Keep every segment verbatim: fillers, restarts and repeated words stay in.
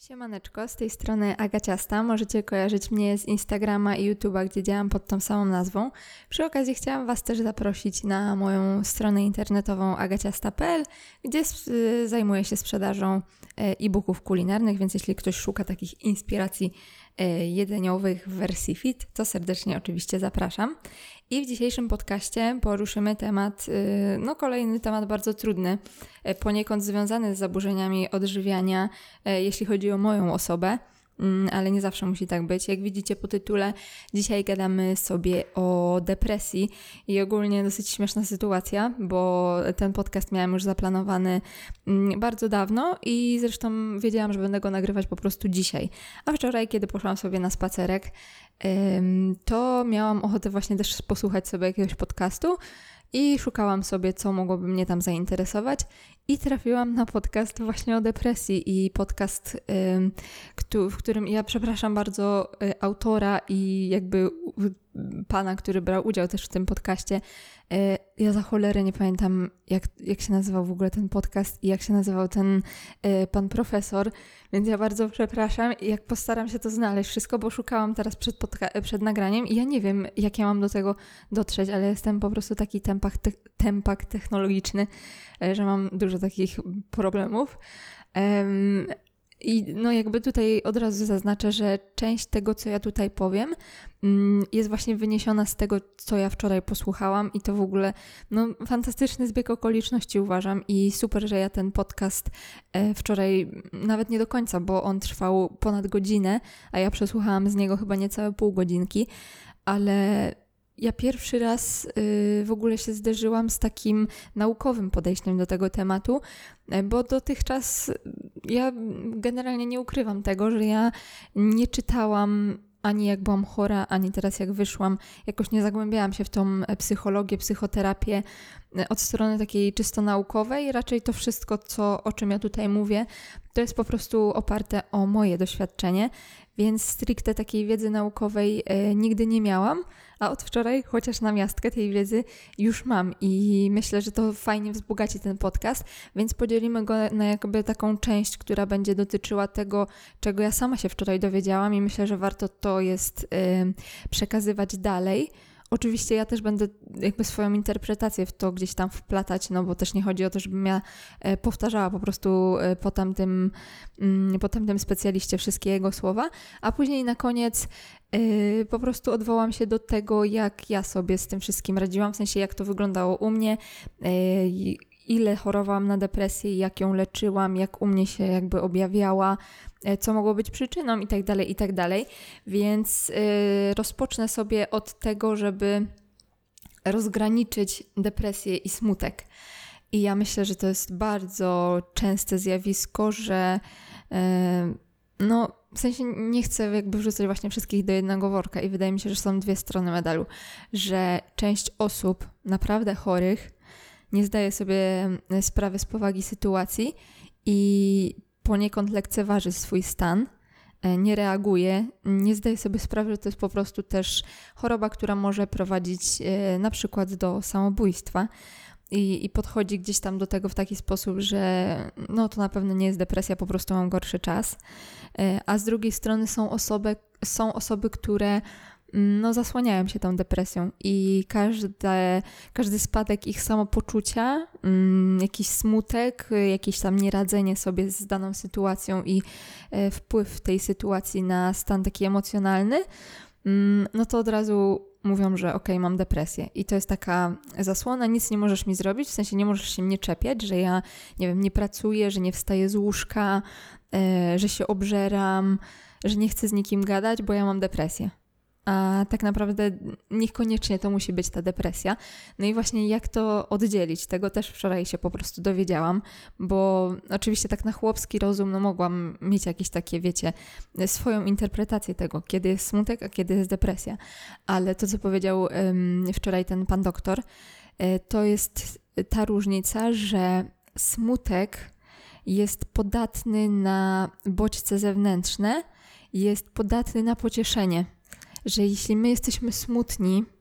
Siemaneczko, z tej strony Aga Ciasta. Możecie kojarzyć mnie z Instagrama i YouTube'a, gdzie działam pod tą samą nazwą. Przy okazji chciałam Was też zaprosić na moją stronę internetową agaciasta kropka p l, gdzie y, zajmuję się sprzedażą y, e-booków kulinarnych, więc jeśli ktoś szuka takich inspiracji y, jedzeniowych w wersji fit, to serdecznie oczywiście zapraszam. I w dzisiejszym podcaście poruszymy temat, y, no kolejny temat bardzo trudny, y, poniekąd związany z zaburzeniami odżywiania, y, jeśli chodzi o moją osobę, y, ale nie zawsze musi tak być. Jak widzicie po tytule, dzisiaj gadamy sobie o depresji i ogólnie dosyć śmieszna sytuacja, bo ten podcast miałam już zaplanowany y, bardzo dawno i zresztą wiedziałam, że będę go nagrywać po prostu dzisiaj. A wczoraj, kiedy poszłam sobie na spacerek, to miałam ochotę właśnie też posłuchać sobie jakiegoś podcastu i szukałam sobie, co mogłoby mnie tam zainteresować i trafiłam na podcast właśnie o depresji i podcast, w którym ja przepraszam bardzo autora i jakby pana, który brał udział też w tym podcaście. Ja za cholerę nie pamiętam, jak, jak się nazywał w ogóle ten podcast i jak się nazywał ten pan profesor, więc ja bardzo przepraszam i jak postaram się to znaleźć wszystko, bo szukałam teraz przed, podca- przed nagraniem i ja nie wiem, jak ja mam do tego dotrzeć, ale jestem po prostu taki tempak, te- tempak technologiczny, że mam dużo takich problemów. Um, I no jakby tutaj od razu zaznaczę, że część tego, co ja tutaj powiem, jest właśnie wyniesiona z tego, co ja wczoraj posłuchałam i to w ogóle no, fantastyczny zbieg okoliczności uważam i super, że ja ten podcast wczoraj nawet nie do końca, bo on trwał ponad godzinę, a ja przesłuchałam z niego chyba niecałe pół godzinki, ale ja pierwszy raz y, w ogóle się zderzyłam z takim naukowym podejściem do tego tematu, bo dotychczas ja generalnie nie ukrywam tego, że ja nie czytałam ani jak byłam chora, ani teraz jak wyszłam, jakoś nie zagłębiałam się w tą psychologię, psychoterapię od strony takiej czysto naukowej. Raczej to wszystko, co, o czym ja tutaj mówię, to jest po prostu oparte o moje doświadczenie, więc stricte takiej wiedzy naukowej e, nigdy nie miałam, a od wczoraj chociaż na miastkę tej wiedzy już mam i myślę, że to fajnie wzbogaci ten podcast, więc podzielimy go na jakby taką część, która będzie dotyczyła tego, czego ja sama się wczoraj dowiedziałam i myślę, że warto to jest e, przekazywać dalej. Oczywiście ja też będę jakby swoją interpretację w to gdzieś tam wplatać, no bo też nie chodzi o to, żebym ja powtarzała po prostu po tamtym, po tamtym specjaliście wszystkie jego słowa, a później na koniec po prostu odwołam się do tego, jak ja sobie z tym wszystkim radziłam, w sensie jak to wyglądało u mnie, ile chorowałam na depresję, jak ją leczyłam, jak u mnie się jakby objawiała, co mogło być przyczyną i tak dalej, i tak dalej. Więc yy, rozpocznę sobie od tego, żeby rozgraniczyć depresję i smutek. I ja myślę, że to jest bardzo częste zjawisko, że yy, no w sensie nie chcę jakby wrzucać właśnie wszystkich do jednego worka i wydaje mi się, że są dwie strony medalu, że część osób naprawdę chorych nie zdaje sobie sprawy z powagi sytuacji i poniekąd lekceważy swój stan, nie reaguje, nie zdaje sobie sprawy, że to jest po prostu też choroba, która może prowadzić na przykład do samobójstwa i, i podchodzi gdzieś tam do tego w taki sposób, że no to na pewno nie jest depresja, po prostu mam gorszy czas. A z drugiej strony są osoby, są osoby, które no zasłaniają się tą depresją i każde, każdy spadek ich samopoczucia, mm, jakiś smutek, jakieś tam nieradzenie sobie z daną sytuacją i e, wpływ tej sytuacji na stan taki emocjonalny, mm, no to od razu mówią, że okej, mam depresję i to jest taka zasłona, nic nie możesz mi zrobić, w sensie nie możesz się mnie czepiać, że ja, nie wiem, nie pracuję, że nie wstaję z łóżka, e, że się obżeram, że nie chcę z nikim gadać, bo ja mam depresję. A tak naprawdę niekoniecznie to musi być ta depresja. No i właśnie jak to oddzielić? Tego też wczoraj się po prostu dowiedziałam, bo oczywiście tak na chłopski rozum no mogłam mieć jakieś takie, wiecie, swoją interpretację tego, kiedy jest smutek, a kiedy jest depresja. Ale to, co powiedział um, wczoraj ten pan doktor, to jest ta różnica, że smutek jest podatny na bodźce zewnętrzne, jest podatny na pocieszenie. Że jeśli my jesteśmy smutni,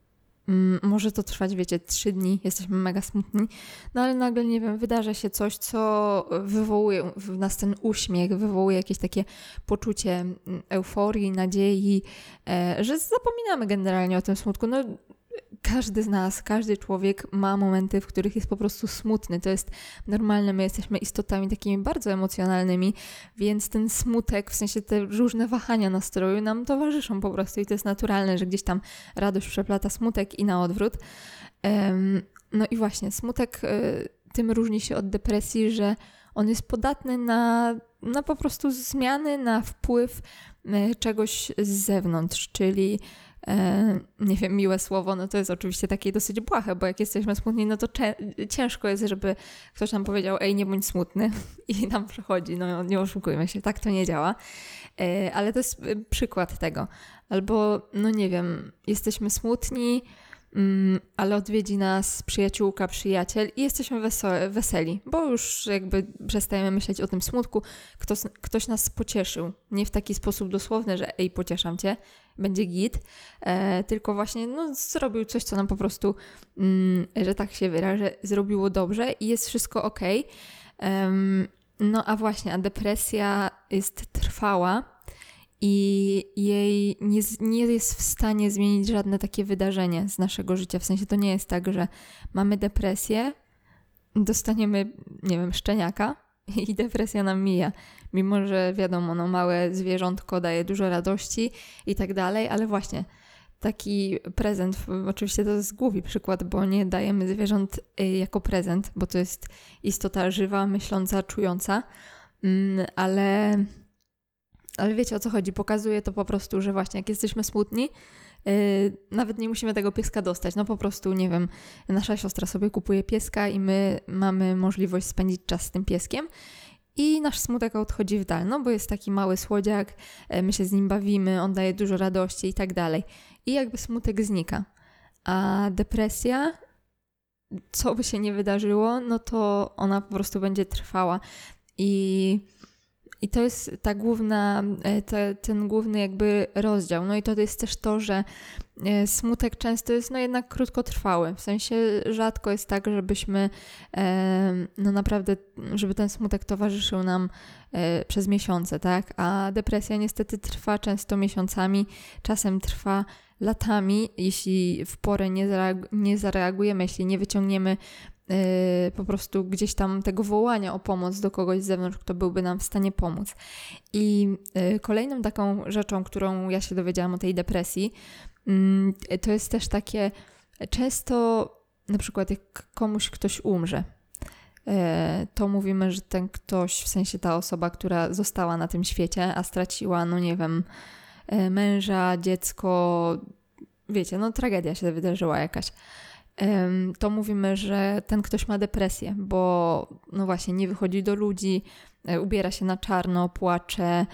mm, może to trwać, wiecie, trzy dni, jesteśmy mega smutni, no ale nagle, nie wiem, wydarza się coś, co wywołuje w nas ten uśmiech, wywołuje jakieś takie poczucie euforii, nadziei, e, że zapominamy generalnie o tym smutku. No, każdy z nas, każdy człowiek ma momenty, w których jest po prostu smutny. To jest normalne, my jesteśmy istotami takimi bardzo emocjonalnymi, więc ten smutek, w sensie te różne wahania nastroju nam towarzyszą po prostu i to jest naturalne, że gdzieś tam radość przeplata smutek i na odwrót. Um, no i właśnie, smutek y, tym różni się od depresji, że on jest podatny na, na po prostu zmiany, na wpływ y, czegoś z zewnątrz, czyli E, nie wiem, miłe słowo, no to jest oczywiście takie dosyć błahe, bo jak jesteśmy smutni, no to cze- ciężko jest, żeby ktoś nam powiedział, ej, nie bądź smutny i nam przechodzi, no nie oszukujmy się, tak to nie działa, e, ale to jest przykład tego. Albo, no nie wiem, jesteśmy smutni, mm, ale odwiedzi nas przyjaciółka, przyjaciel i jesteśmy weso- weseli, bo już jakby przestajemy myśleć o tym smutku, ktoś, ktoś nas pocieszył, nie w taki sposób dosłowny, że ej, pocieszam cię, będzie git, e, tylko właśnie no, zrobił coś, co nam po prostu, mm, że tak się wyrażę, zrobiło dobrze i jest wszystko okej. Um, no a właśnie, a depresja jest trwała i jej nie, nie jest w stanie zmienić żadne takie wydarzenie z naszego życia. W sensie to nie jest tak, że mamy depresję, dostaniemy, nie wiem, szczeniaka i depresja nam mija. Mimo, że wiadomo, no małe zwierzątko daje dużo radości i tak dalej, ale właśnie taki prezent, oczywiście to jest głupi przykład, bo nie dajemy zwierząt jako prezent, bo to jest istota żywa, myśląca, czująca, ale, ale wiecie o co chodzi, pokazuje to po prostu, że właśnie jak jesteśmy smutni, Yy, nawet nie musimy tego pieska dostać, no po prostu, nie wiem, nasza siostra sobie kupuje pieska i my mamy możliwość spędzić czas z tym pieskiem i nasz smutek odchodzi w dal, no bo jest taki mały słodziak, yy, my się z nim bawimy, on daje dużo radości i tak dalej. I jakby smutek znika. A depresja, co by się nie wydarzyło, no to ona po prostu będzie trwała i... I to jest ta główna, te, ten główny jakby rozdział. No i to jest też to, że smutek często jest no jednak krótkotrwały. W sensie rzadko jest tak, żebyśmy no naprawdę, żeby ten smutek towarzyszył nam przez miesiące, tak? A depresja niestety trwa często miesiącami, czasem trwa latami, jeśli w porę nie, zareag- nie zareagujemy, jeśli nie wyciągniemy Yy, po prostu gdzieś tam tego wołania o pomoc do kogoś z zewnątrz, kto byłby nam w stanie pomóc. I yy, kolejną taką rzeczą, którą ja się dowiedziałam o tej depresji, yy, to jest też takie często na przykład jak komuś ktoś umrze, yy, to mówimy, że ten ktoś, w sensie ta osoba, która została na tym świecie, a straciła, no nie wiem, yy, męża, dziecko, wiecie, no tragedia się wydarzyła jakaś. To mówimy, że ten ktoś ma depresję, bo no właśnie nie wychodzi do ludzi, ubiera się na czarno, płacze,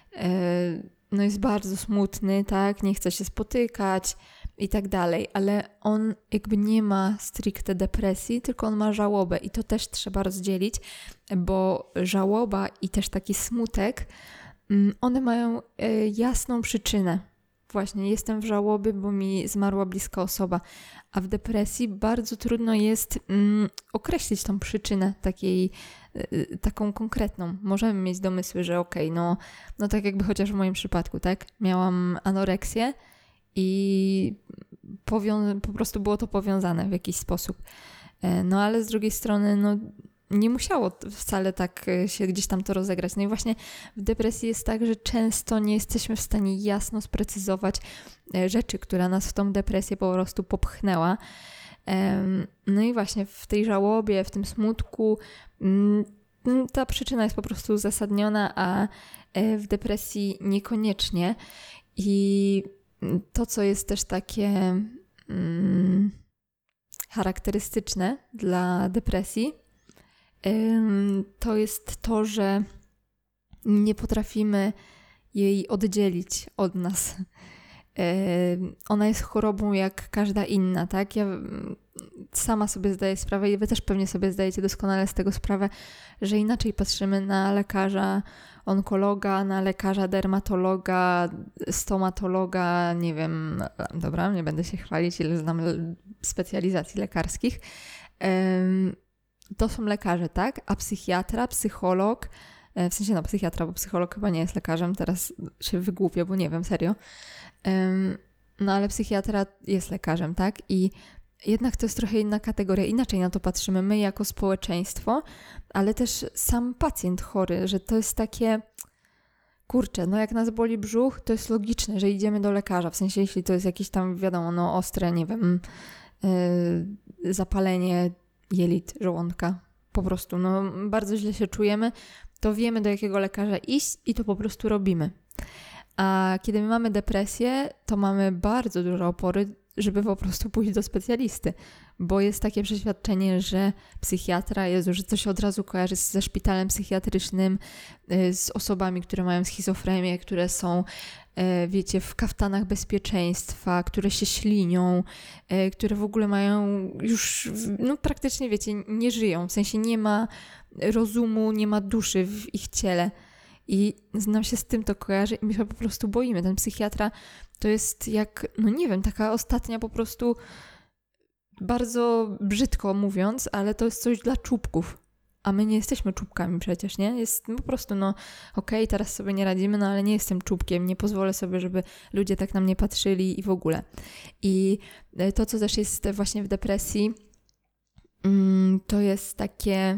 no jest bardzo smutny, tak, nie chce się spotykać i tak dalej, ale on jakby nie ma stricte depresji, tylko on ma żałobę i to też trzeba rozdzielić, bo żałoba i też taki smutek, one mają jasną przyczynę. Właśnie, jestem w żałobie, bo mi zmarła bliska osoba, a w depresji bardzo trudno jest mm, określić tą przyczynę takiej, y, taką konkretną. Możemy mieć domysły, że okej, okay, no, no tak jakby chociaż w moim przypadku, tak? Miałam anoreksję i powią- po prostu było to powiązane w jakiś sposób. E, no ale z drugiej strony, no nie musiało wcale tak się gdzieś tam to rozegrać. No i właśnie w depresji jest tak, że często nie jesteśmy w stanie jasno sprecyzować rzeczy, która nas w tą depresję po prostu popchnęła. No i właśnie w tej żałobie, w tym smutku ta przyczyna jest po prostu uzasadniona, a w depresji niekoniecznie. I to, co jest też takie mm, charakterystyczne dla depresji, to jest to, że nie potrafimy jej oddzielić od nas. ona jest chorobą jak każda inna, tak? Ja sama sobie zdaję sprawę i wy też pewnie sobie zdajecie doskonale z tego sprawę, że inaczej patrzymy na lekarza onkologa, na lekarza dermatologa, stomatologa, nie wiem, dobra, nie będę się chwalić, ile znam specjalizacji lekarskich. To są lekarze, tak? A psychiatra, psycholog, w sensie no psychiatra, bo psycholog chyba nie jest lekarzem, teraz się wygłupię, bo nie wiem, serio. No ale psychiatra jest lekarzem, tak? I jednak to jest trochę inna kategoria, inaczej na to patrzymy my jako społeczeństwo, ale też sam pacjent chory, że to jest takie, kurczę, no jak nas boli brzuch, to jest logiczne, że idziemy do lekarza, w sensie jeśli to jest jakieś tam, wiadomo, no ostre, nie wiem, yy, zapalenie jelit, żołądka, po prostu, no bardzo źle się czujemy, to wiemy do jakiego lekarza iść i to po prostu robimy. A kiedy my mamy depresję, to mamy bardzo duże opory, żeby po prostu pójść do specjalisty, bo jest takie przeświadczenie, że psychiatra, Jezu, że to się od razu kojarzy ze szpitalem psychiatrycznym, z osobami, które mają schizofrenię, które są, wiecie, w kaftanach bezpieczeństwa, które się ślinią, które w ogóle mają już, no praktycznie, wiecie, nie żyją, w sensie nie ma rozumu, nie ma duszy w ich ciele. I nam się z tym to kojarzy i my się po prostu boimy. Ten psychiatra to jest jak, no nie wiem, taka ostatnia po prostu, bardzo brzydko mówiąc, ale to jest coś dla czubków. A my nie jesteśmy czubkami przecież, nie? Jest po prostu, no okej, okay, teraz sobie nie radzimy, no ale nie jestem czubkiem, nie pozwolę sobie, żeby ludzie tak na mnie patrzyli i w ogóle. I to, co też jest właśnie w depresji, to jest takie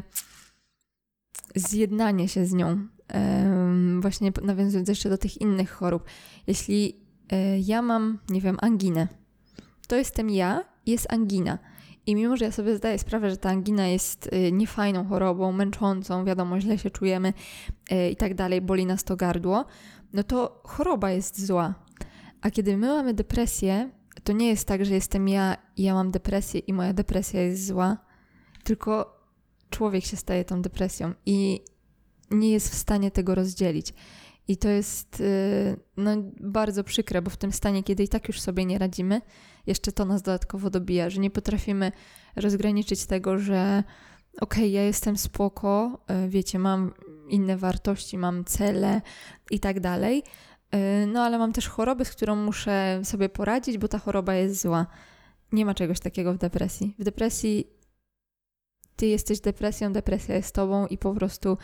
zjednanie się z nią. Właśnie nawiązując jeszcze do tych innych chorób. Jeśli ja mam, nie wiem, anginę, to jestem ja i jest angina. I mimo, że ja sobie zdaję sprawę, że ta angina jest niefajną chorobą, męczącą, wiadomo, źle się czujemy i tak dalej, boli nas to gardło, no to choroba jest zła. A kiedy my mamy depresję, to nie jest tak, że jestem ja i ja mam depresję i moja depresja jest zła, tylko człowiek się staje tą depresją i nie jest w stanie tego rozdzielić. I to jest no, bardzo przykre, bo w tym stanie, kiedy i tak już sobie nie radzimy, jeszcze to nas dodatkowo dobija, że nie potrafimy rozgraniczyć tego, że okej, okay, ja jestem spoko, wiecie, mam inne wartości, mam cele i tak dalej, no ale mam też chorobę, z którą muszę sobie poradzić, bo ta choroba jest zła. Nie ma czegoś takiego w depresji. W depresji ty jesteś depresją, depresja jest tobą i po prostu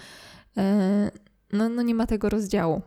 no, no nie ma tego rozdziału.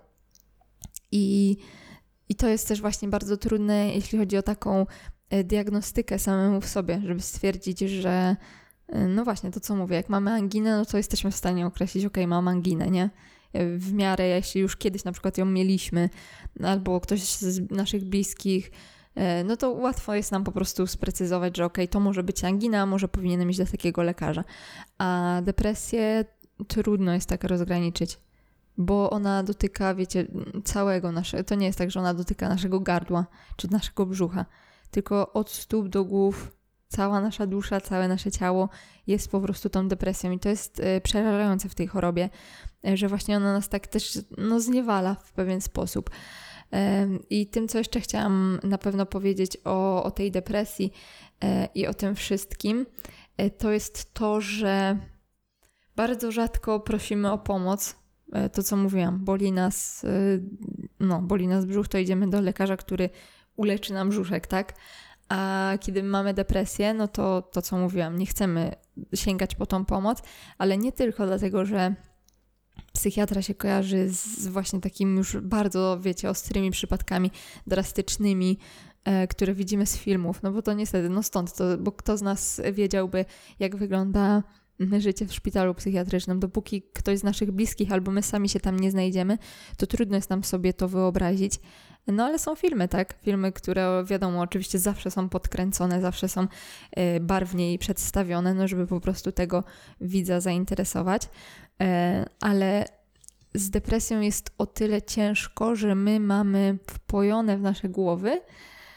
I, I to jest też właśnie bardzo trudne, jeśli chodzi o taką diagnostykę samemu w sobie, żeby stwierdzić, że no właśnie to, co mówię, jak mamy anginę, no to jesteśmy w stanie określić, okej, mam anginę, nie? W miarę, jeśli już kiedyś na przykład ją mieliśmy, albo ktoś z naszych bliskich, no to łatwo jest nam po prostu sprecyzować, że okej, to może być angina, a może powinienem iść do takiego lekarza. A depresję trudno jest tak rozgraniczyć, bo ona dotyka, wiecie, całego naszego, to nie jest tak, że ona dotyka naszego gardła, czy naszego brzucha, tylko od stóp do głów, cała nasza dusza, całe nasze ciało jest po prostu tą depresją i to jest y, przerażające w tej chorobie, y, że właśnie ona nas tak też no, zniewala w pewien sposób. Y, I tym, co jeszcze chciałam na pewno powiedzieć o, o tej depresji y, i o tym wszystkim, y, to jest to, że bardzo rzadko prosimy o pomoc. To, co mówiłam, boli nas, no, boli nas brzuch, to idziemy do lekarza, który uleczy nam brzuszek, tak? A kiedy mamy depresję, no to to, co mówiłam, nie chcemy sięgać po tą pomoc, ale nie tylko dlatego, że psychiatra się kojarzy z właśnie takimi już bardzo, wiecie, ostrymi przypadkami drastycznymi, e, które widzimy z filmów, no bo to niestety, no stąd, to, bo kto z nas wiedziałby, jak wygląda życie w szpitalu psychiatrycznym, dopóki ktoś z naszych bliskich albo my sami się tam nie znajdziemy, to trudno jest nam sobie to wyobrazić. No ale są filmy, tak? Filmy, które wiadomo, oczywiście zawsze są podkręcone, zawsze są y, barwniej przedstawione, no żeby po prostu tego widza zainteresować. Y, ale z depresją jest o tyle ciężko, że my mamy wpojone w nasze głowy,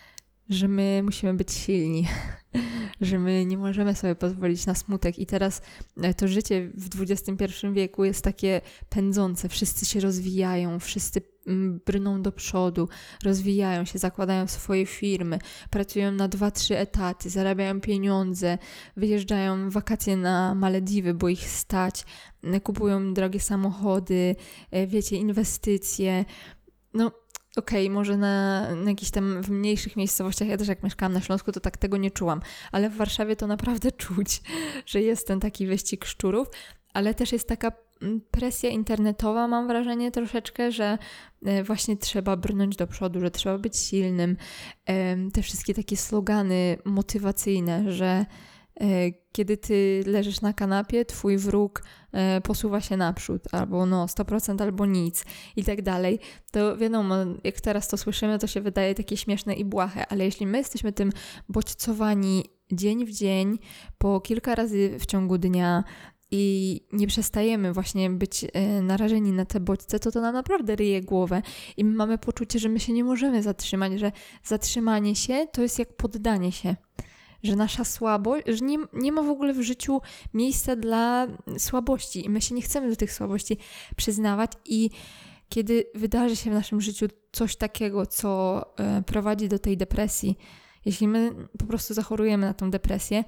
że my musimy być silni, że my nie możemy sobie pozwolić na smutek i teraz to życie w dwudziestym pierwszym wieku jest takie pędzące, wszyscy się rozwijają, wszyscy brną do przodu, rozwijają się, zakładają swoje firmy, pracują na dwa, trzy etaty, zarabiają pieniądze, wyjeżdżają w wakacje na Malediwy, bo ich stać, kupują drogie samochody, wiecie, inwestycje, no okej, okay, może na, na jakichś tam w mniejszych miejscowościach, ja też jak mieszkałam na Śląsku, to tak tego nie czułam, ale w Warszawie to naprawdę czuć, że jest ten taki wyścig szczurów, ale też jest taka presja internetowa, mam wrażenie troszeczkę, że właśnie trzeba brnąć do przodu, że trzeba być silnym. Te wszystkie takie slogany motywacyjne, że kiedy ty leżysz na kanapie, twój wróg posuwa się naprzód, albo no sto procent, albo nic i tak dalej, to wiadomo, jak teraz to słyszymy, to się wydaje takie śmieszne i błahe, ale jeśli my jesteśmy tym bodźcowani dzień w dzień, po kilka razy w ciągu dnia i nie przestajemy właśnie być narażeni na te bodźce, to to nam naprawdę ryje głowę i my mamy poczucie, że my się nie możemy zatrzymać, że zatrzymanie się to jest jak poddanie się. Że nasza słabość, że nie, nie ma w ogóle w życiu miejsca dla słabości i my się nie chcemy do tych słabości przyznawać i kiedy wydarzy się w naszym życiu coś takiego, co e, prowadzi do tej depresji, jeśli my po prostu zachorujemy na tą depresję,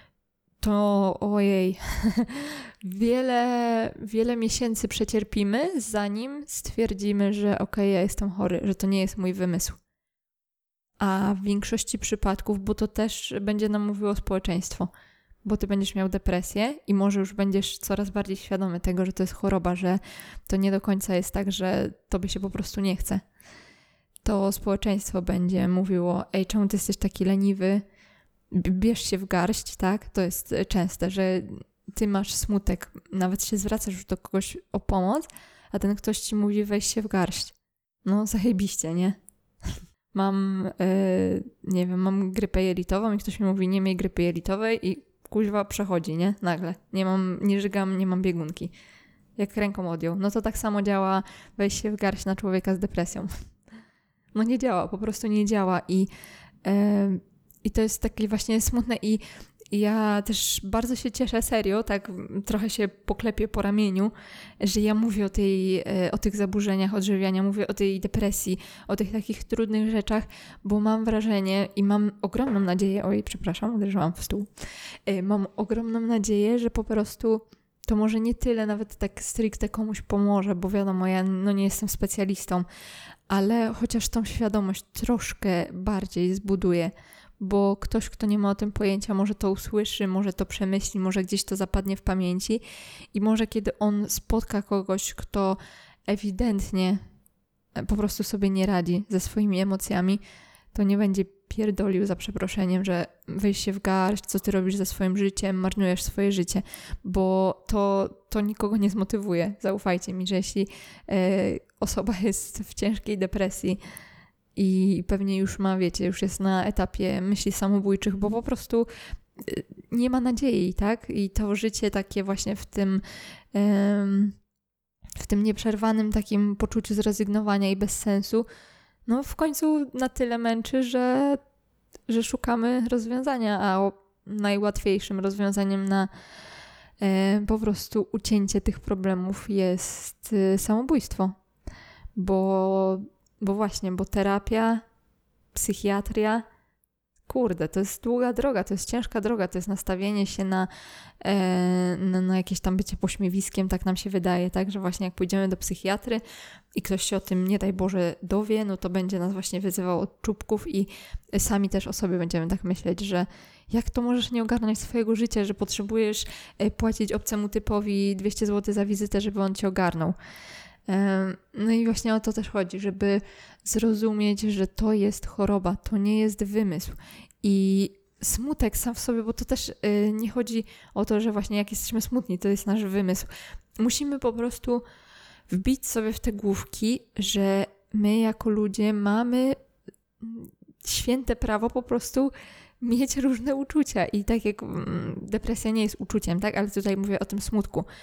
to ojej, wiele, wiele miesięcy przecierpimy, zanim stwierdzimy, że okej, okay, ja jestem chory, że to nie jest mój wymysł. A w większości przypadków, bo to też będzie nam mówiło społeczeństwo, bo ty będziesz miał depresję i może już będziesz coraz bardziej świadomy tego, że to jest choroba, że to nie do końca jest tak, że tobie się po prostu nie chce. To społeczeństwo będzie mówiło, ej, czemu ty jesteś taki leniwy, bierz się w garść, tak? To jest częste, że ty masz smutek, nawet się zwracasz już do kogoś o pomoc, a ten ktoś ci mówi, weź się w garść. No zajebiście, nie? Mam, yy, nie wiem, mam grypę jelitową i ktoś mi mówi, nie miej grypy jelitowej i kuźwa przechodzi, nie? Nagle. Nie mam, nie żygam, nie mam biegunki. Jak ręką odjął. No to tak samo działa, weź się w garść na człowieka z depresją. No nie działa, po prostu nie działa i, yy, i to jest takie właśnie smutne i ja też bardzo się cieszę, serio, tak trochę się poklepię po ramieniu, że ja mówię o, tej, o tych zaburzeniach odżywiania, mówię o tej depresji, o tych takich trudnych rzeczach, bo mam wrażenie i mam ogromną nadzieję, oj, przepraszam, uderzyłam w stół, mam ogromną nadzieję, że po prostu to może nie tyle nawet tak stricte komuś pomoże, bo wiadomo, ja no nie jestem specjalistą, ale chociaż tą świadomość troszkę bardziej zbuduje, bo ktoś, kto nie ma o tym pojęcia, może to usłyszy, może to przemyśli, może gdzieś to zapadnie w pamięci i może kiedy on spotka kogoś, kto ewidentnie po prostu sobie nie radzi ze swoimi emocjami, to nie będzie pierdolił za przeproszeniem, że weź się w garść, co ty robisz ze swoim życiem, marnujesz swoje życie, bo to, to nikogo nie zmotywuje. Zaufajcie mi, że jeśli e, osoba jest w ciężkiej depresji, i pewnie już ma, wiecie, już jest na etapie myśli samobójczych, bo po prostu nie ma nadziei, tak? I to życie takie właśnie w tym w tym nieprzerwanym takim poczuciu zrezygnowania i bezsensu, no w końcu na tyle męczy, że, że szukamy rozwiązania, a najłatwiejszym rozwiązaniem na po prostu ucięcie tych problemów jest samobójstwo, bo Bo właśnie, bo terapia, psychiatria, kurde, to jest długa droga, to jest ciężka droga, to jest nastawienie się na, e, na, na jakieś tam bycie pośmiewiskiem, tak nam się wydaje, tak, że właśnie jak pójdziemy do psychiatry i ktoś się o tym, nie daj Boże, dowie, no to będzie nas właśnie wyzywał od czubków i sami też o sobie będziemy tak myśleć, że jak to możesz nie ogarnąć swojego życia, że potrzebujesz płacić obcemu typowi dwieście złotych za wizytę, żeby on cię ogarnął. No i właśnie o to też chodzi, żeby zrozumieć, że to jest choroba, to nie jest wymysł. I smutek sam w sobie, bo to też nie chodzi o to, że właśnie jak jesteśmy smutni, to jest nasz wymysł. Musimy po prostu wbić sobie w te główki, że my jako ludzie mamy święte prawo po prostu mieć różne uczucia. I tak jak depresja nie jest uczuciem, tak, ale tutaj mówię o tym smutku.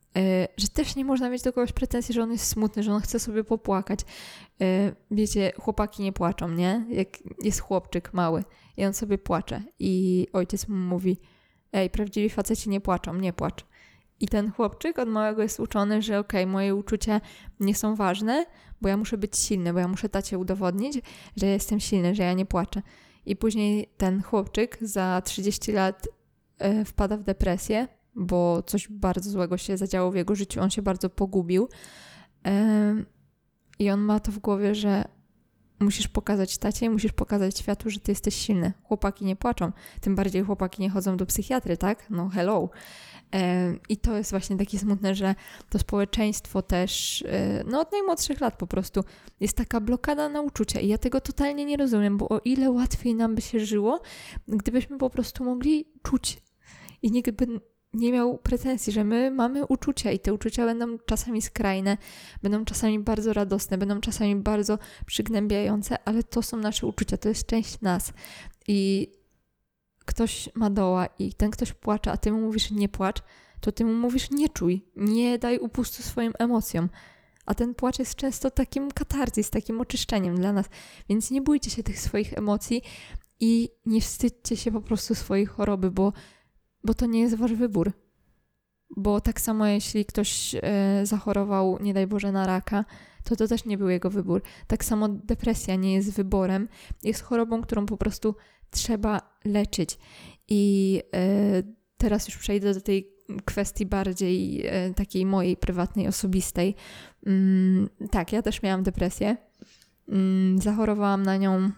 że też nie można mieć do kogoś pretensji, że on jest smutny, że on chce sobie popłakać. Wiecie, chłopaki nie płaczą, nie? Jak jest chłopczyk mały i on sobie płacze i ojciec mu mówi: ej, prawdziwi faceci nie płaczą, nie płacz. I ten chłopczyk od małego jest uczony, że okej, okay, moje uczucia nie są ważne, bo ja muszę być silny, bo ja muszę tacie udowodnić, że ja jestem silny, że ja nie płaczę. I później ten chłopczyk za trzydzieści lat y, wpada w depresję, bo coś bardzo złego się zadziało w jego życiu, on się bardzo pogubił. Y, I on ma to w głowie, że musisz pokazać tacie, musisz pokazać światu, że ty jesteś silny. Chłopaki nie płaczą, tym bardziej chłopaki nie chodzą do psychiatry, tak? No hello. I to jest właśnie takie smutne, że to społeczeństwo też, no od najmłodszych lat po prostu jest taka blokada na uczucia i ja tego totalnie nie rozumiem, bo o ile łatwiej nam by się żyło, gdybyśmy po prostu mogli czuć i nikt by nie miał pretensji, że my mamy uczucia i te uczucia będą czasami skrajne, będą czasami bardzo radosne, będą czasami bardzo przygnębiające, ale to są nasze uczucia, to jest część nas i ktoś ma doła i ten ktoś płacze, a ty mu mówisz nie płacz, to ty mu mówisz nie czuj, nie daj upustu swoim emocjom. A ten płacz jest często takim katarzis, takim oczyszczeniem dla nas. Więc nie bójcie się tych swoich emocji i nie wstydźcie się po prostu swojej choroby, bo, bo to nie jest wasz wybór. Bo tak samo jeśli ktoś e, zachorował, nie daj Boże, na raka, to to też nie był jego wybór. Tak samo depresja nie jest wyborem, jest chorobą, którą po prostu trzeba leczyć. I e, teraz już przejdę do tej kwestii bardziej e, takiej mojej prywatnej, osobistej. Mm, tak, ja też miałam depresję. Mm, zachorowałam na nią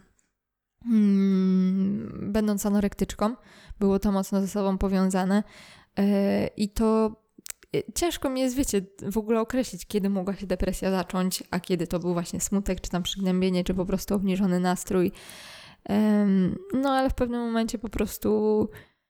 mm, będąc anorektyczką. Było to mocno ze sobą powiązane. E, I to ciężko mi jest, wiecie, w ogóle określić, kiedy mogła się depresja zacząć, a kiedy to był właśnie smutek, czy tam przygnębienie, czy po prostu obniżony nastrój. No ale w pewnym momencie po prostu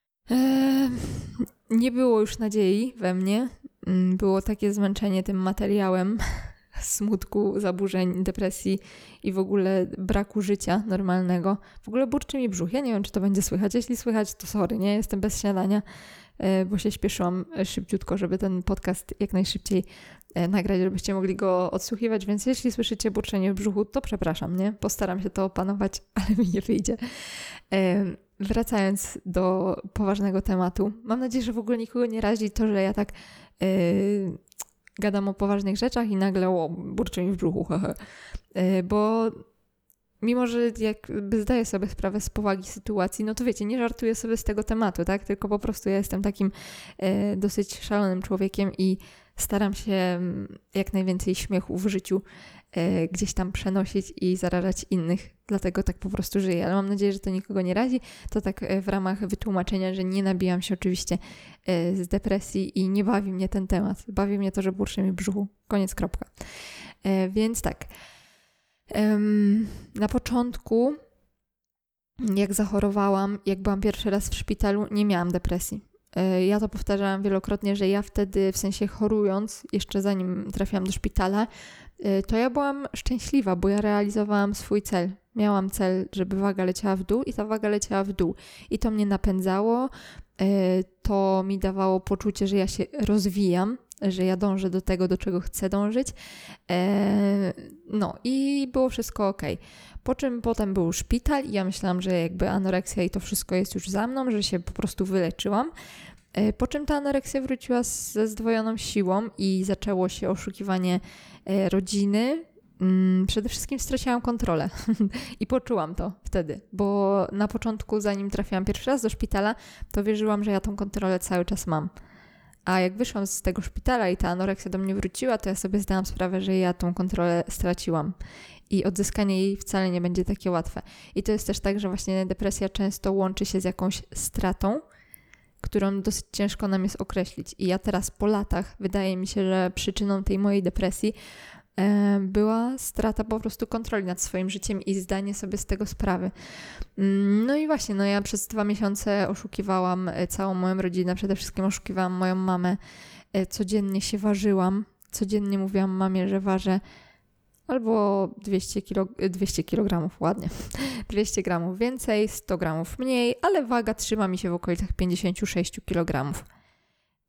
nie było już nadziei we mnie. Było takie zmęczenie tym materiałem smutku, zaburzeń, depresji i w ogóle braku życia normalnego. W ogóle burczy mi brzuch. Ja nie wiem, czy to będzie słychać. Jeśli słychać, to sorry, nie? Jestem bez śniadania, bo się śpieszyłam szybciutko, żeby ten podcast jak najszybciej nagrać, żebyście mogli go odsłuchiwać, więc jeśli słyszycie burczenie w brzuchu, to przepraszam, nie? Postaram się to opanować, ale mi nie wyjdzie. Wracając do poważnego tematu, mam nadzieję, że w ogóle nikogo nie razi to, że ja tak yy, gadam o poważnych rzeczach i nagle o, burczy mi w brzuchu, yy, bo mimo, że jakby zdaję sobie sprawę z powagi sytuacji, no to wiecie, nie żartuję sobie z tego tematu, tak? Tylko po prostu ja jestem takim yy, dosyć szalonym człowiekiem i staram się jak najwięcej śmiechu w życiu e, gdzieś tam przenosić i zarażać innych. Dlatego tak po prostu żyję. Ale mam nadzieję, że to nikogo nie razi. To tak e, w ramach wytłumaczenia, że nie nabijam się oczywiście e, z depresji i nie bawi mnie ten temat. Bawi mnie to, że burczy mi w brzuchu. Koniec, kropka. E, więc tak. Ehm, na początku, jak zachorowałam, jak byłam pierwszy raz w szpitalu, nie miałam depresji. Ja to powtarzałam wielokrotnie, że ja wtedy, w sensie chorując, jeszcze zanim trafiłam do szpitala, to ja byłam szczęśliwa, bo ja realizowałam swój cel. Miałam cel, żeby waga leciała w dół i ta waga leciała w dół. I to mnie napędzało, to mi dawało poczucie, że ja się rozwijam, że ja dążę do tego, do czego chcę dążyć. No i było wszystko okej. Po czym potem był szpital i ja myślałam, że jakby anoreksja i to wszystko jest już za mną, że się po prostu wyleczyłam. Po czym ta anoreksja wróciła ze zdwojoną siłą i zaczęło się oszukiwanie rodziny. Przede wszystkim straciłam kontrolę i poczułam to wtedy, bo na początku, zanim trafiłam pierwszy raz do szpitala, to wierzyłam, że ja tą kontrolę cały czas mam. A jak wyszłam z tego szpitala i ta anoreksja do mnie wróciła, to ja sobie zdałam sprawę, że ja tą kontrolę straciłam. I odzyskanie jej wcale nie będzie takie łatwe. I to jest też tak, że właśnie depresja często łączy się z jakąś stratą, którą dosyć ciężko nam jest określić. I ja teraz po latach, wydaje mi się, że przyczyną tej mojej depresji e, była strata po prostu kontroli nad swoim życiem i zdanie sobie z tego sprawy. No i właśnie, no ja przez dwa miesiące oszukiwałam całą moją rodzinę, przede wszystkim oszukiwałam moją mamę. E, codziennie się ważyłam, codziennie mówiłam mamie, że ważę albo dwieście kilo, dwieście kilogramów, ładnie, dwieście gramów więcej, sto gramów mniej, ale waga trzyma mi się w okolicach pięćdziesiąt sześć kilogramów.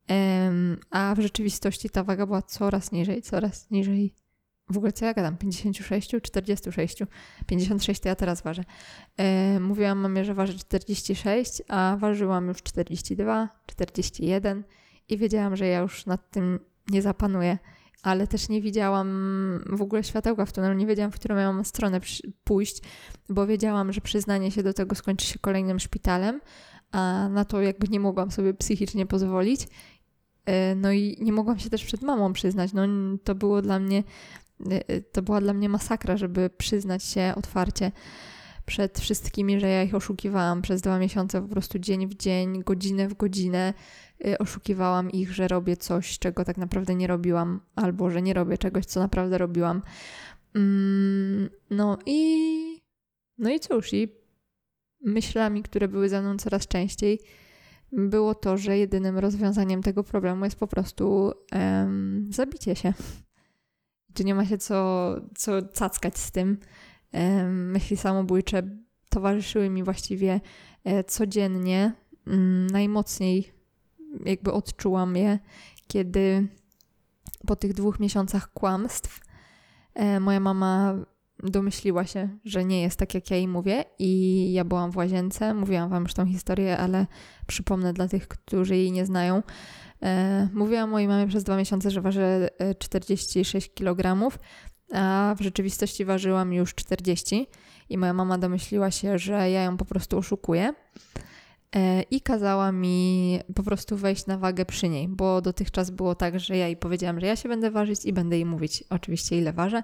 Em, a w rzeczywistości ta waga była coraz niżej, coraz niżej. W ogóle co ja gadam? pięćdziesiąt sześć, czterdzieści sześć, pięćdziesiąt sześć to ja teraz ważę. E, mówiłam mamie, że waży czterdzieści sześć, a ważyłam już czterdzieści dwa, czterdzieści jeden i wiedziałam, że ja już nad tym nie zapanuję, ale też nie widziałam w ogóle światełka w tunelu, nie wiedziałam, w którą ja mam stronę przy- pójść, bo wiedziałam, że przyznanie się do tego skończy się kolejnym szpitalem, a na to jakby nie mogłam sobie psychicznie pozwolić. E, no i nie mogłam się też przed mamą przyznać. No to było dla mnie To była dla mnie masakra, żeby przyznać się otwarcie przed wszystkimi, że ja ich oszukiwałam przez dwa miesiące, po prostu dzień w dzień, godzinę w godzinę. Oszukiwałam ich, że robię coś, czego tak naprawdę nie robiłam, albo że nie robię czegoś, co naprawdę robiłam. No i no i cóż, i myślami, które były za mną coraz częściej, było to, że jedynym rozwiązaniem tego problemu jest po prostu um, zabicie się. Czy nie ma się co, co cackać z tym. Myśli samobójcze towarzyszyły mi właściwie codziennie. Najmocniej jakby odczułam je, kiedy po tych dwóch miesiącach kłamstw moja mama domyśliła się, że nie jest tak, jak ja jej mówię i ja byłam w łazience. Mówiłam wam już tą historię, ale przypomnę dla tych, którzy jej nie znają. Mówiłam mojej mamie przez dwa miesiące, że ważę czterdzieści sześć kilogramów, a w rzeczywistości ważyłam już czterdzieści i moja mama domyśliła się, że ja ją po prostu oszukuję i kazała mi po prostu wejść na wagę przy niej, bo dotychczas było tak, że ja jej powiedziałam, że ja się będę ważyć i będę jej mówić oczywiście, ile ważę.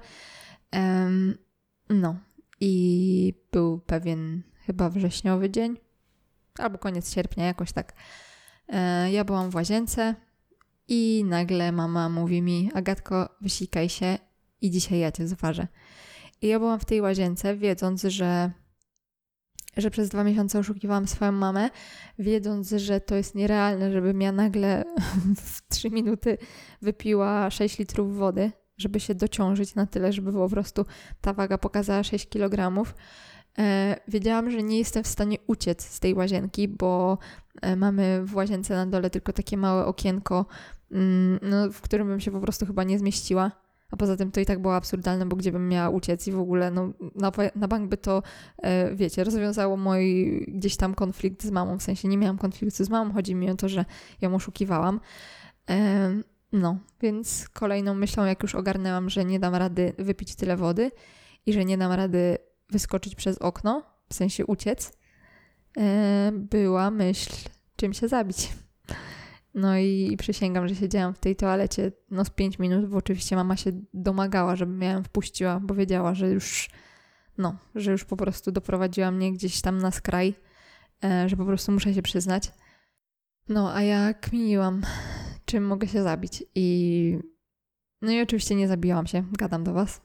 No i był pewien chyba wrześniowy dzień albo koniec sierpnia, jakoś tak. Ja byłam w łazience i nagle mama mówi mi: Agatko, wysikaj się i dzisiaj ja cię zważę. I ja byłam w tej łazience, wiedząc, że, że przez dwa miesiące oszukiwałam swoją mamę, wiedząc, że to jest nierealne, żebym ja nagle w trzy minuty wypiła sześć litrów wody, żeby się dociążyć na tyle, żeby po prostu ta waga pokazała sześć kilogramów. Wiedziałam, że nie jestem w stanie uciec z tej łazienki, bo mamy w łazience na dole tylko takie małe okienko, no, w którym bym się po prostu chyba nie zmieściła. A poza tym to i tak było absurdalne, bo gdzie bym miała uciec i w ogóle no, na, na bank by to, wiecie, rozwiązało mój gdzieś tam konflikt z mamą. W sensie nie miałam konfliktu z mamą, chodzi mi o to, że ją oszukiwałam. No, więc kolejną myślą, jak już ogarnęłam, że nie dam rady wypić tyle wody i że nie dam rady wyskoczyć przez okno, w sensie uciec, była myśl, czym się zabić. No i przysięgam, że siedziałam w tej toalecie no z pięć minut, bo oczywiście mama się domagała, żebym ja ją wpuściła, bo wiedziała, że już no, że już po prostu doprowadziła mnie gdzieś tam na skraj, że po prostu muszę się przyznać. No, a ja kminiłam, czym mogę się zabić i no i oczywiście nie zabijałam się, gadam do was.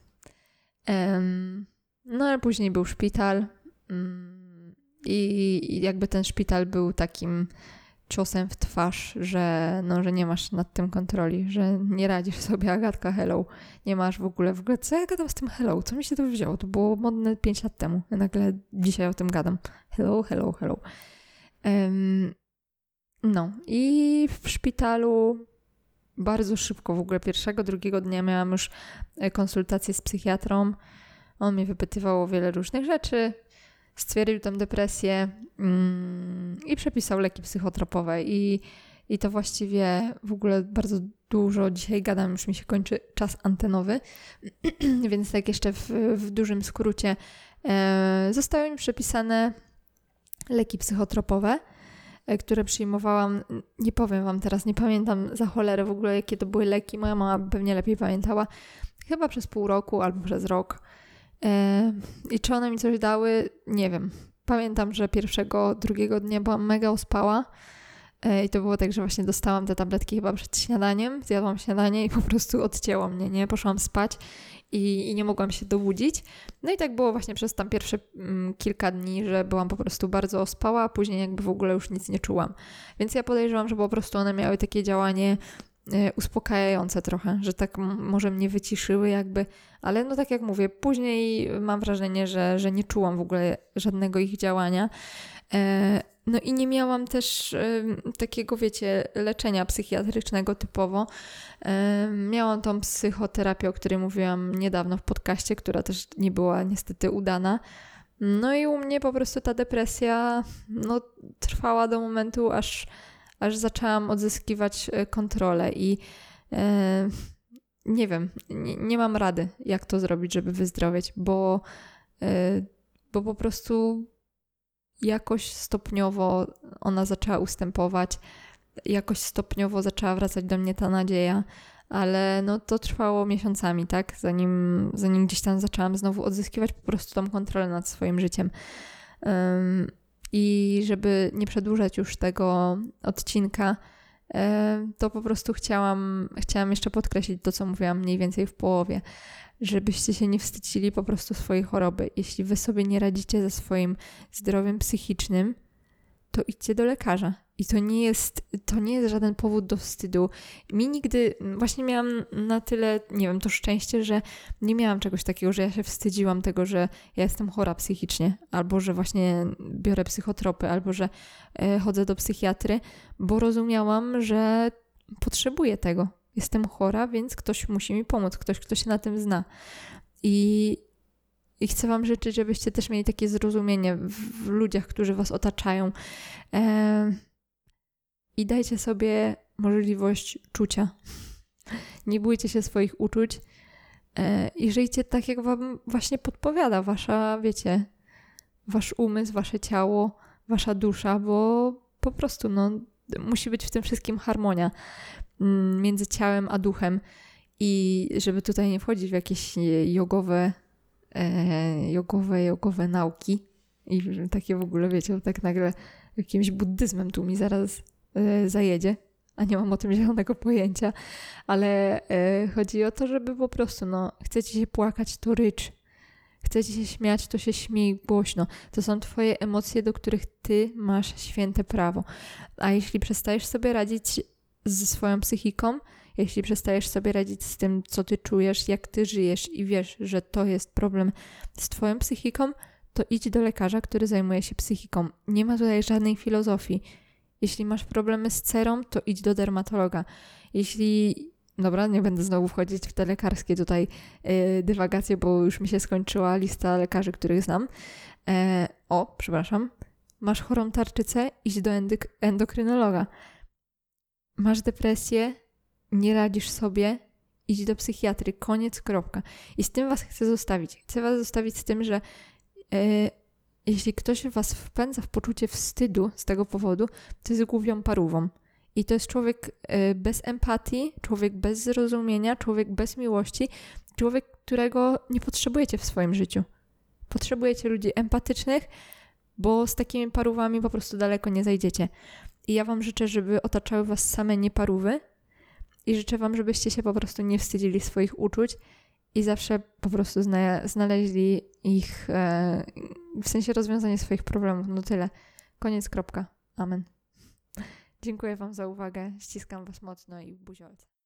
Um, no ale później był szpital um, i, i jakby ten szpital był takim ciosem w twarz, że, no, że nie masz nad tym kontroli, że nie radzisz sobie, Agatka, hello. Nie masz w ogóle, w ogóle, co ja gadam z tym hello? Co mi się to wzięło? To było modne pięć lat temu. Ja nagle dzisiaj o tym gadam. Hello, hello, hello. Um, no i w szpitalu bardzo szybko, w ogóle pierwszego, drugiego dnia miałam już konsultację z psychiatrą. On mnie wypytywał o wiele różnych rzeczy. Stwierdził tam depresję mm, i przepisał leki psychotropowe i, i to właściwie w ogóle bardzo dużo dzisiaj gadam, już mi się kończy czas antenowy, więc tak jeszcze w, w dużym skrócie e, zostały mi przepisane leki psychotropowe, e, które przyjmowałam, nie powiem wam teraz, nie pamiętam za cholerę w ogóle jakie to były leki, moja mama pewnie lepiej pamiętała, chyba przez pół roku albo przez rok. I czy one mi coś dały? Nie wiem. Pamiętam, że pierwszego, drugiego dnia byłam mega ospała i to było tak, że właśnie dostałam te tabletki chyba przed śniadaniem, zjadłam śniadanie i po prostu odcięło mnie, nie? Poszłam spać i, i nie mogłam się dobudzić. No i tak było właśnie przez tam pierwsze mm, kilka dni, że byłam po prostu bardzo ospała, a później jakby w ogóle już nic nie czułam. Więc ja podejrzewam, że po prostu one miały takie działanie uspokajające trochę, że tak m- może mnie wyciszyły jakby, ale no tak jak mówię, później mam wrażenie, że, że nie czułam w ogóle żadnego ich działania. E, No i nie miałam też y, takiego, wiecie, leczenia psychiatrycznego typowo. Y, miałam tą psychoterapię, o której mówiłam niedawno w podcaście, która też nie była niestety udana. No i u mnie po prostu ta depresja no, trwała do momentu, aż, aż zaczęłam odzyskiwać kontrolę i y, nie wiem, nie, nie mam rady, jak to zrobić, żeby wyzdrowieć, bo, y, bo po prostu jakoś stopniowo ona zaczęła ustępować, jakoś stopniowo zaczęła wracać do mnie ta nadzieja, ale no to trwało miesiącami, tak? Zanim, zanim gdzieś tam zaczęłam znowu odzyskiwać po prostu tą kontrolę nad swoim życiem. Um, I żeby nie przedłużać już tego odcinka, um, to po prostu chciałam, chciałam jeszcze podkreślić to, co mówiłam mniej więcej w połowie, żebyście się nie wstydzili po prostu swojej choroby. Jeśli wy sobie nie radzicie ze swoim zdrowiem psychicznym, to idźcie do lekarza. I to nie jest, to nie jest żaden powód do wstydu. Mi nigdy, właśnie miałam na tyle, nie wiem, to szczęście, że nie miałam czegoś takiego, że ja się wstydziłam tego, że ja jestem chora psychicznie, albo że właśnie biorę psychotropy, albo że e, chodzę do psychiatry, bo rozumiałam, że potrzebuję tego. Jestem chora, więc ktoś musi mi pomóc, ktoś, kto się na tym zna. I, i chcę wam życzyć, żebyście też mieli takie zrozumienie w, w ludziach, którzy was otaczają. E, I dajcie sobie możliwość czucia. Nie bójcie się swoich uczuć e, i żyjcie tak, jak wam właśnie podpowiada wasza, wiecie, wasz umysł, wasze ciało, wasza dusza, bo po prostu no, musi być w tym wszystkim harmonia między ciałem a duchem i żeby tutaj nie wchodzić w jakieś jogowe, e, jogowe, jogowe nauki i takie w ogóle, wiecie, tak nagle jakimś buddyzmem tu mi zaraz e, zajedzie, a nie mam o tym zielonego pojęcia, ale e, chodzi o to, żeby po prostu, no, chcecie się płakać, to rycz. Chcecie się śmiać, to się śmiej głośno. To są twoje emocje, do których ty masz święte prawo. A jeśli przestajesz sobie radzić ze swoją psychiką, jeśli przestajesz sobie radzić z tym, co ty czujesz, jak ty żyjesz i wiesz, że to jest problem z twoją psychiką, to idź do lekarza, który zajmuje się psychiką. Nie ma tutaj żadnej filozofii. Jeśli masz problemy z cerą, to idź do dermatologa. Jeśli... Dobra, nie będę znowu wchodzić w te lekarskie tutaj yy, dywagacje, bo już mi się skończyła lista lekarzy, których znam. E, o, przepraszam. Masz chorą tarczycę, idź do endyk- endokrynologa. Masz depresję, nie radzisz sobie, idź do psychiatry, koniec, kropka. I z tym was chcę zostawić. Chcę was zostawić z tym, że e, jeśli ktoś was wpędza w poczucie wstydu z tego powodu, to jest głupią parówą. I to jest człowiek bez empatii, człowiek bez zrozumienia, człowiek bez miłości, człowiek, którego nie potrzebujecie w swoim życiu. Potrzebujecie ludzi empatycznych, bo z takimi parówami po prostu daleko nie zajdziecie. I ja wam życzę, żeby otaczały was same nieparówy i życzę wam, żebyście się po prostu nie wstydzili swoich uczuć i zawsze po prostu zna- znaleźli ich, e, w sensie rozwiązanie swoich problemów. No tyle. Koniec, kropka. Amen. Dziękuję wam za uwagę. Ściskam was mocno i buziolce.